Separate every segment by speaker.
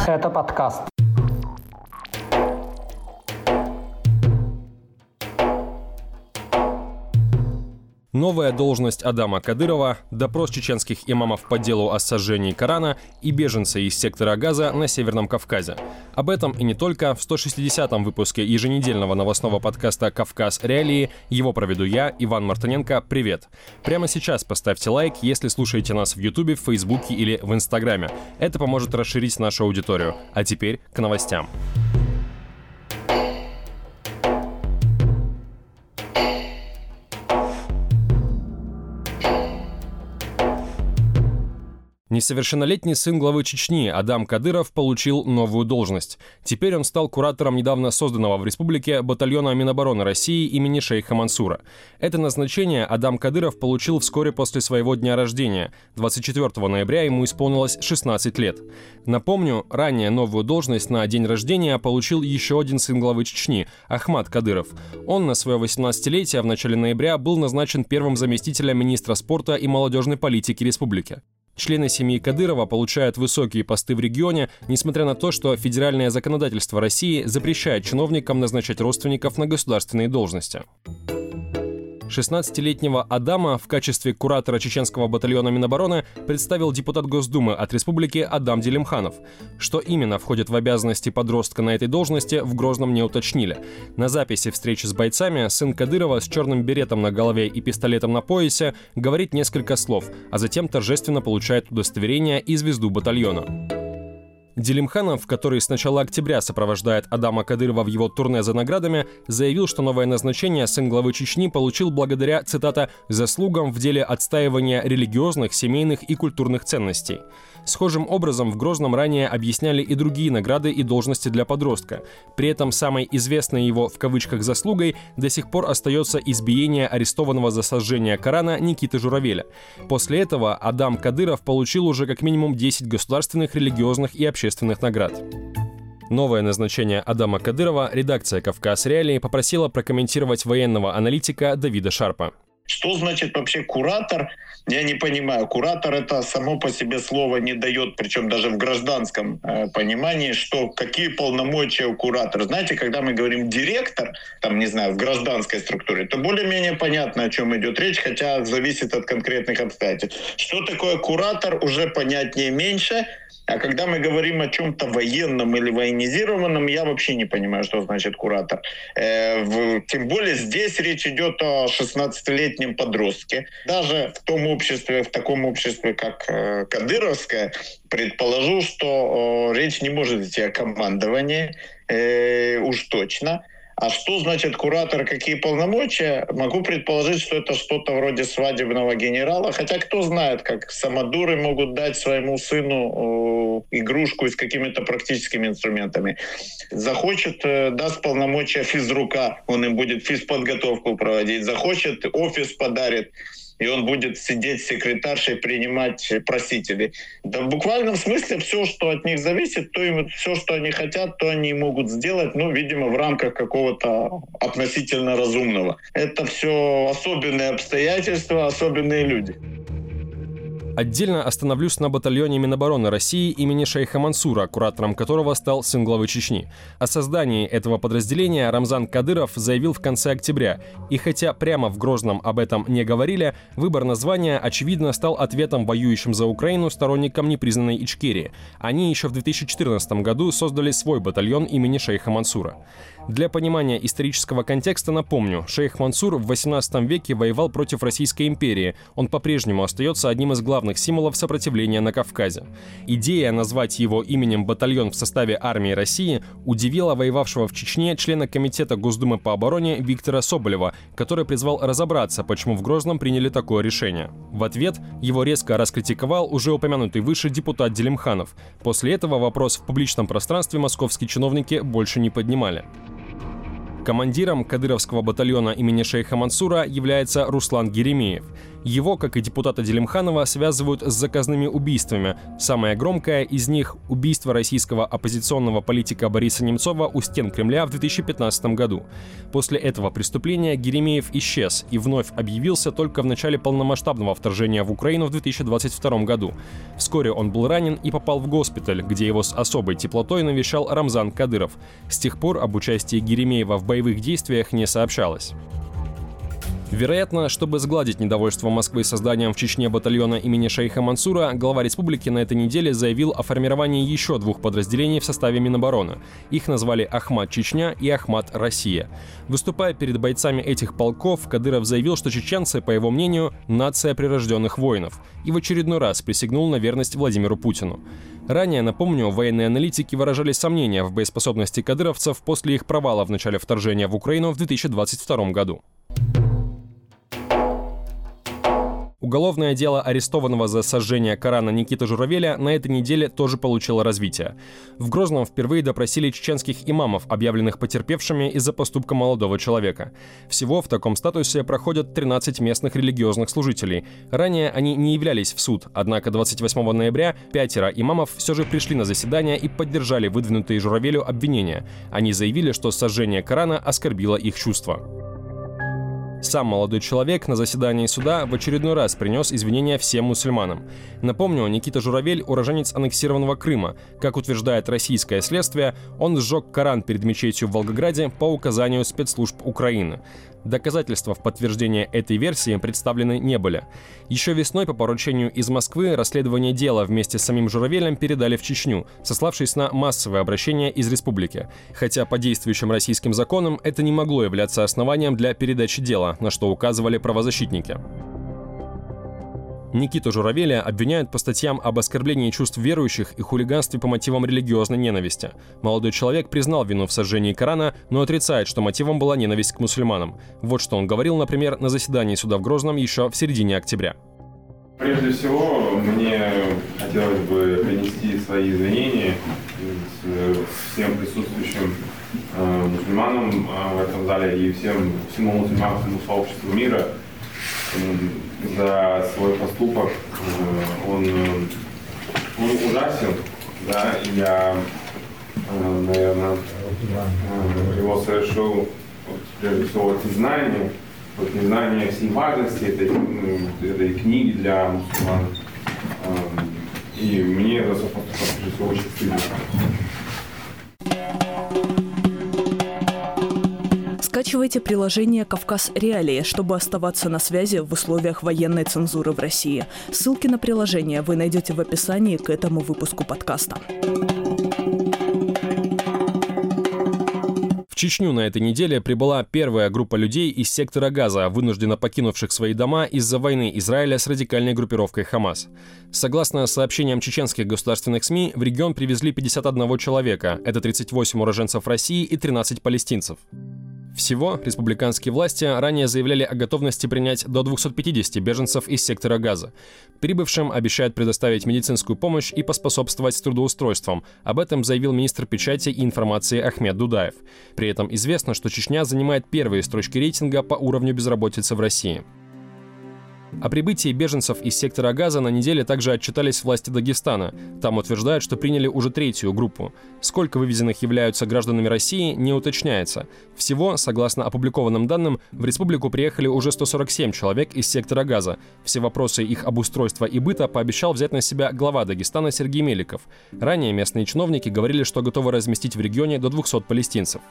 Speaker 1: Это подкаст.
Speaker 2: Новая должность Адама Кадырова, допрос чеченских имамов по делу о сожжении Корана и беженцы из сектора Газа на Северном Кавказе. Об этом и не только в 160-м выпуске еженедельного новостного подкаста «Кавказ. Реалии». Его проведу я, Иван Мартыненко. Привет! Прямо сейчас поставьте лайк, если слушаете нас в Ютубе, в Фейсбуке или в Инстаграме. Это поможет расширить нашу аудиторию. А теперь к новостям. Несовершеннолетний сын главы Чечни Адам Кадыров получил новую должность. Теперь он стал куратором недавно созданного в республике батальона Минобороны России имени шейха Мансура. Это назначение Адам Кадыров получил вскоре после своего дня рождения. 24 ноября ему исполнилось 16 лет. Напомню, ранее новую должность на день рождения получил еще один сын главы Чечни – Ахмад Кадыров. Он на свое 18-летие в начале ноября был назначен первым заместителем министра спорта и молодежной политики республики. Члены семьи Кадырова получают высокие посты в регионе, несмотря на то, что федеральное законодательство России запрещает чиновникам назначать родственников на государственные должности. 16-летнего Адама в качестве куратора чеченского батальона Минобороны представил депутат Госдумы от республики Адам Делимханов. Что именно входит в обязанности подростка на этой должности, в Грозном не уточнили. На записи встречи с бойцами сын Кадырова с черным беретом на голове и пистолетом на поясе говорит несколько слов, а затем торжественно получает удостоверение и звезду батальона. Делимханов, который с начала октября сопровождает Адама Кадырова в его турне за наградами, заявил, что новое назначение сын главы Чечни получил благодаря, цитата, «заслугам в деле отстаивания религиозных, семейных и культурных ценностей». Схожим образом в Грозном ранее объясняли и другие награды и должности для подростка. При этом самой известной его в кавычках заслугой до сих пор остается избиение арестованного за сожжение Корана Никиты Журавеля. После этого Адам Кадыров получил уже как минимум 10 государственных, религиозных и общественных наград. Новое назначение Адама Кадырова редакция «Кавказ. Реалии» попросила прокомментировать военного аналитика Давида Шарпа.
Speaker 3: Что значит вообще куратор? Я не понимаю. Куратор — это само по себе слово не дает, причем даже в гражданском понимании, что какие полномочия у куратора. Знаете, когда мы говорим директор, там, не знаю, в гражданской структуре, то более-менее понятно, о чем идет речь, хотя зависит от конкретных обстоятельств. Что такое куратор, уже понятнее меньше. А когда мы говорим о чем-то военном или военизированном, я вообще не понимаю, что значит куратор. Тем более здесь речь идет о 16-летнем подростке. Даже в том обществе, в таком обществе, как кадыровское, предположу, что речь не может идти о командовании, уж точно. А что значит куратор, какие полномочия? Могу предположить, что это что-то вроде свадебного генерала. Хотя кто знает, как самодуры могут дать своему сыну игрушку с какими-то практическими инструментами. Захочет, даст полномочия физрука, он им будет физподготовку проводить. Захочет, офис подарит. И он будет сидеть с секретаршей, принимать просителей. Да, в буквальном смысле все, что от них зависит, все, что они хотят, то они могут сделать, видимо, в рамках какого-то относительно разумного. Это все особенные обстоятельства, особенные люди.
Speaker 2: Отдельно остановлюсь на батальоне Минобороны России имени шейха Мансура, куратором которого стал сын главы Чечни. О создании этого подразделения Рамзан Кадыров заявил в конце октября. И хотя прямо в Грозном об этом не говорили, выбор названия, очевидно, стал ответом воюющим за Украину сторонникам непризнанной Ичкерии. Они еще в 2014 году создали свой батальон имени шейха Мансура. Для понимания исторического контекста напомню, шейх Мансур в 18 веке воевал против Российской империи. Он по-прежнему остается одним из главных символов сопротивления на Кавказе. Идея назвать его именем батальон в составе армии России удивила воевавшего в Чечне члена комитета Госдумы по обороне Виктора Соболева, который призвал разобраться, почему в Грозном приняли такое решение. В ответ его резко раскритиковал уже упомянутый выше депутат Делимханов. После этого вопрос в публичном пространстве московские чиновники больше не поднимали. Командиром кадыровского батальона имени шейха Мансура является Руслан Геремеев. Его, как и депутата Делимханова, связывают с заказными убийствами. Самое громкое из них – убийство российского оппозиционного политика Бориса Немцова у стен Кремля в 2015 году. После этого преступления Еремеев исчез и вновь объявился только в начале полномасштабного вторжения в Украину в 2022 году. Вскоре он был ранен и попал в госпиталь, где его с особой теплотой навещал Рамзан Кадыров. С тех пор об участии Еремеева в боевых действиях не сообщалось. Вероятно, чтобы сгладить недовольство Москвы созданием в Чечне батальона имени шейха Мансура, глава республики на этой неделе заявил о формировании еще 2 подразделений в составе Минобороны. Их назвали Ахмат Чечня и Ахмат Россия. Выступая перед бойцами этих полков, Кадыров заявил, что чеченцы, по его мнению, нация прирожденных воинов, и в очередной раз присягнул на верность Владимиру Путину. Ранее, напомню, военные аналитики выражали сомнения в боеспособности кадыровцев после их провала в начале вторжения в Украину в 2022 году. Уголовное дело арестованного за сожжение Корана Никиты Журавеля на этой неделе тоже получило развитие. В Грозном впервые допросили чеченских имамов, объявленных потерпевшими из-за поступка молодого человека. Всего в таком статусе проходят 13 местных религиозных служителей. Ранее они не являлись в суд, однако 28 ноября 5 имамов все же пришли на заседание и поддержали выдвинутые Журавелю обвинения. Они заявили, что сожжение Корана оскорбило их чувства. Сам молодой человек на заседании суда в очередной раз принес извинения всем мусульманам. Напомню, Никита Журавель – уроженец аннексированного Крыма. Как утверждает российское следствие, он сжег Коран перед мечетью в Волгограде по указанию спецслужб Украины. Доказательства в подтверждение этой версии представлены не были. Еще весной по поручению из Москвы расследование дела вместе с самим Журавелем передали в Чечню, сославшись на массовые обращения из республики. Хотя по действующим российским законам это не могло являться основанием для передачи дела, на что указывали правозащитники. Никиту Журавеля обвиняют по статьям об оскорблении чувств верующих и хулиганстве по мотивам религиозной ненависти. Молодой человек признал вину в сожжении Корана, но отрицает, что мотивом была ненависть к мусульманам. Вот что он говорил, например, на заседании суда в Грозном еще в середине октября.
Speaker 1: Прежде всего, мне хотелось бы принести свои извинения всем присутствующим мусульманам в этом зале и всему мусульманскому сообществу мира за свой поступок. Он ужасен, да, и я, наверное, его совершил прежде всего от незнания всей важности этой книги для мусульман. И мне за свой поступок прежде всего очень стыдно.
Speaker 4: Скачивайте приложение «Кавказ Реалии», чтобы оставаться на связи в условиях военной цензуры в России. Ссылки на приложение вы найдете в описании к этому выпуску подкаста.
Speaker 2: В Чечню на этой неделе прибыла первая группа людей из сектора Газа, вынужденно покинувших свои дома из-за войны Израиля с радикальной группировкой Хамас. Согласно сообщениям чеченских государственных СМИ, в регион привезли 51 человека, это 38 уроженцев России и 13 палестинцев. Всего республиканские власти ранее заявляли о готовности принять до 250 беженцев из сектора Газа. Прибывшим обещают предоставить медицинскую помощь и поспособствовать с трудоустройством. Об этом заявил министр печати и информации Ахмед Дудаев. При этом известно, что Чечня занимает первые строчки рейтинга по уровню безработицы в России. О прибытии беженцев из сектора Газа на неделе также отчитались власти Дагестана. Там утверждают, что приняли уже 3-ю группу. Сколько вывезенных являются гражданами России, не уточняется. Всего, согласно опубликованным данным, в республику приехали уже 147 человек из сектора Газа. Все вопросы их обустройства и быта пообещал взять на себя глава Дагестана Сергей Меликов. Ранее местные чиновники говорили, что готовы разместить в регионе до 200 палестинцев.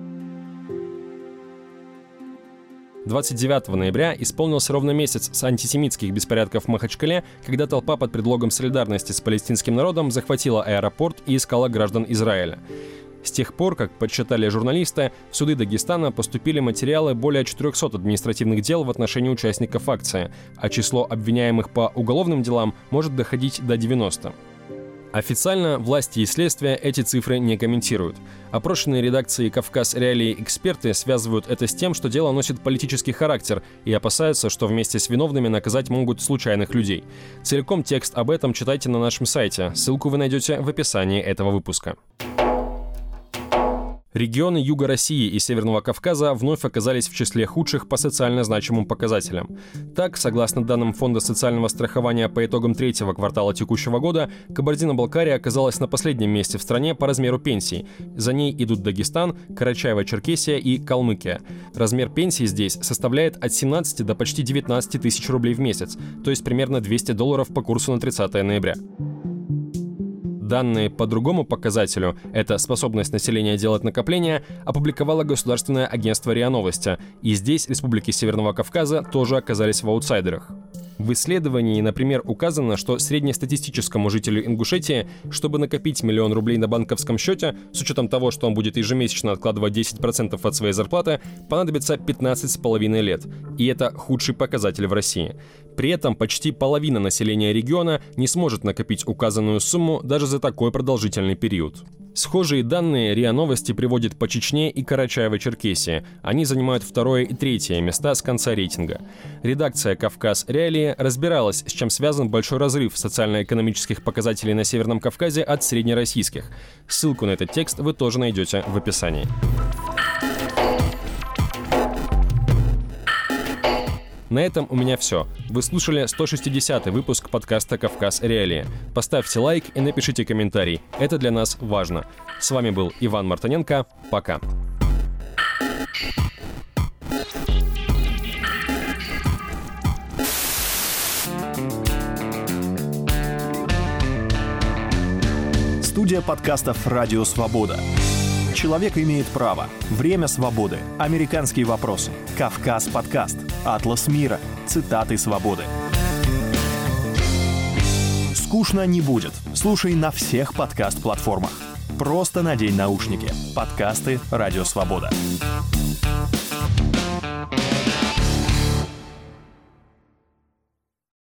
Speaker 2: 29 ноября исполнился ровно месяц с антисемитских беспорядков в Махачкале, когда толпа под предлогом солидарности с палестинским народом захватила аэропорт и искала граждан Израиля. С тех пор, как подсчитали журналисты, в суды Дагестана поступили материалы более 400 административных дел в отношении участников акции, а число обвиняемых по уголовным делам может доходить до 90. Официально власти и следствие эти цифры не комментируют. Опрошенные редакции «Кавказ Реалии» эксперты связывают это с тем, что дело носит политический характер и опасаются, что вместе с виновными наказать могут случайных людей. Целиком текст об этом читайте на нашем сайте. Ссылку вы найдете в описании этого выпуска. Регионы Юга России и Северного Кавказа вновь оказались в числе худших по социально значимым показателям. Так, согласно данным Фонда социального страхования по итогам третьего квартала текущего года, Кабардино-Балкария оказалась на последнем месте в стране по размеру пенсий. За ней идут Дагестан, Карачаево-Черкесия и Калмыкия. Размер пенсии здесь составляет от 17 до почти 19 тысяч рублей в месяц, то есть примерно $200 по курсу на 30 ноября. Данные по другому показателю, это способность населения делать накопления, опубликовало государственное агентство РИА Новости, и здесь республики Северного Кавказа тоже оказались в аутсайдерах. В исследовании, например, указано, что среднестатистическому жителю Ингушетии, чтобы накопить 1 000 000 рублей на банковском счете, с учетом того, что он будет ежемесячно откладывать 10% от своей зарплаты, понадобится 15,5 лет. И это худший показатель в России. При этом почти половина населения региона не сможет накопить указанную сумму даже за такой продолжительный период. Схожие данные РИА Новости приводит по Чечне и Карачаево-Черкесии. Они занимают 2 и 3 места с конца рейтинга. Редакция «Кавказ Реалии» разбиралась, с чем связан большой разрыв социально-экономических показателей на Северном Кавказе от среднероссийских. Ссылку на этот текст вы тоже найдете в описании. На этом у меня все. Вы слушали 160-й выпуск подкаста «Кавказ Реалии». Поставьте лайк и напишите комментарий. Это для нас важно. С вами был Иван Мартыненко. Пока.
Speaker 5: Студия подкастов «Радио Свобода». Человек имеет право. Время свободы. Американские вопросы. Кавказ подкаст. Атлас мира. Цитаты свободы. Скучно не будет. Слушай на всех подкаст-платформах. Просто надень наушники. Подкасты «Радио Свобода».